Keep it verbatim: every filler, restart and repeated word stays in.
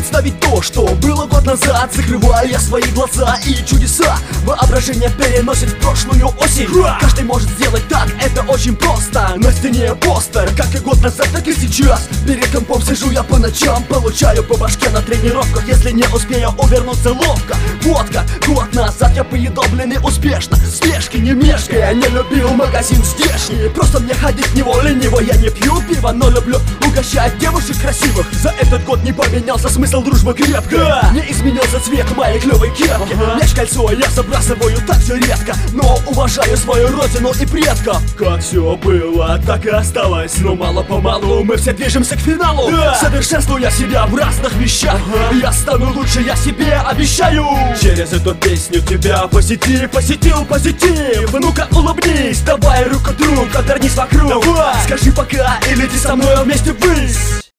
представить то, что было год назад. Закрываю я свои глаза, и чудеса воображение переносит в прошлую осень. Каждый может сделать так, это очень просто. На стене постер, как и год назад, так и сейчас. Перед компом сижу я по ночам, получаю по башке на тренировках. Если не успею увернуться ловко. Водка, год назад я поедобленный успешно. Спешки не мешкая, не любил магазин здешний. Просто мне ходить в него лениво, я не пью пиво, но люблю угощать девушек красивых. За этот год не поменялся смысл дружбы крепко. Не изменился цвет моей клевой кепки. Мяч, кольцо я забрасываю так же редко, но уважаю свою родину и предков. Как все было, так и осталось. Но мало-помалу мы все движемся к финалу. Совершенствуя себя в разных вещах, я стану лучше, я себе обещаю. Через эту песню тебя посети, посетил позитив. Ну-ка улыбнись, давай руку друг, обернись вокруг. Давай. Скажи пока и лети со мной вместе ввысь.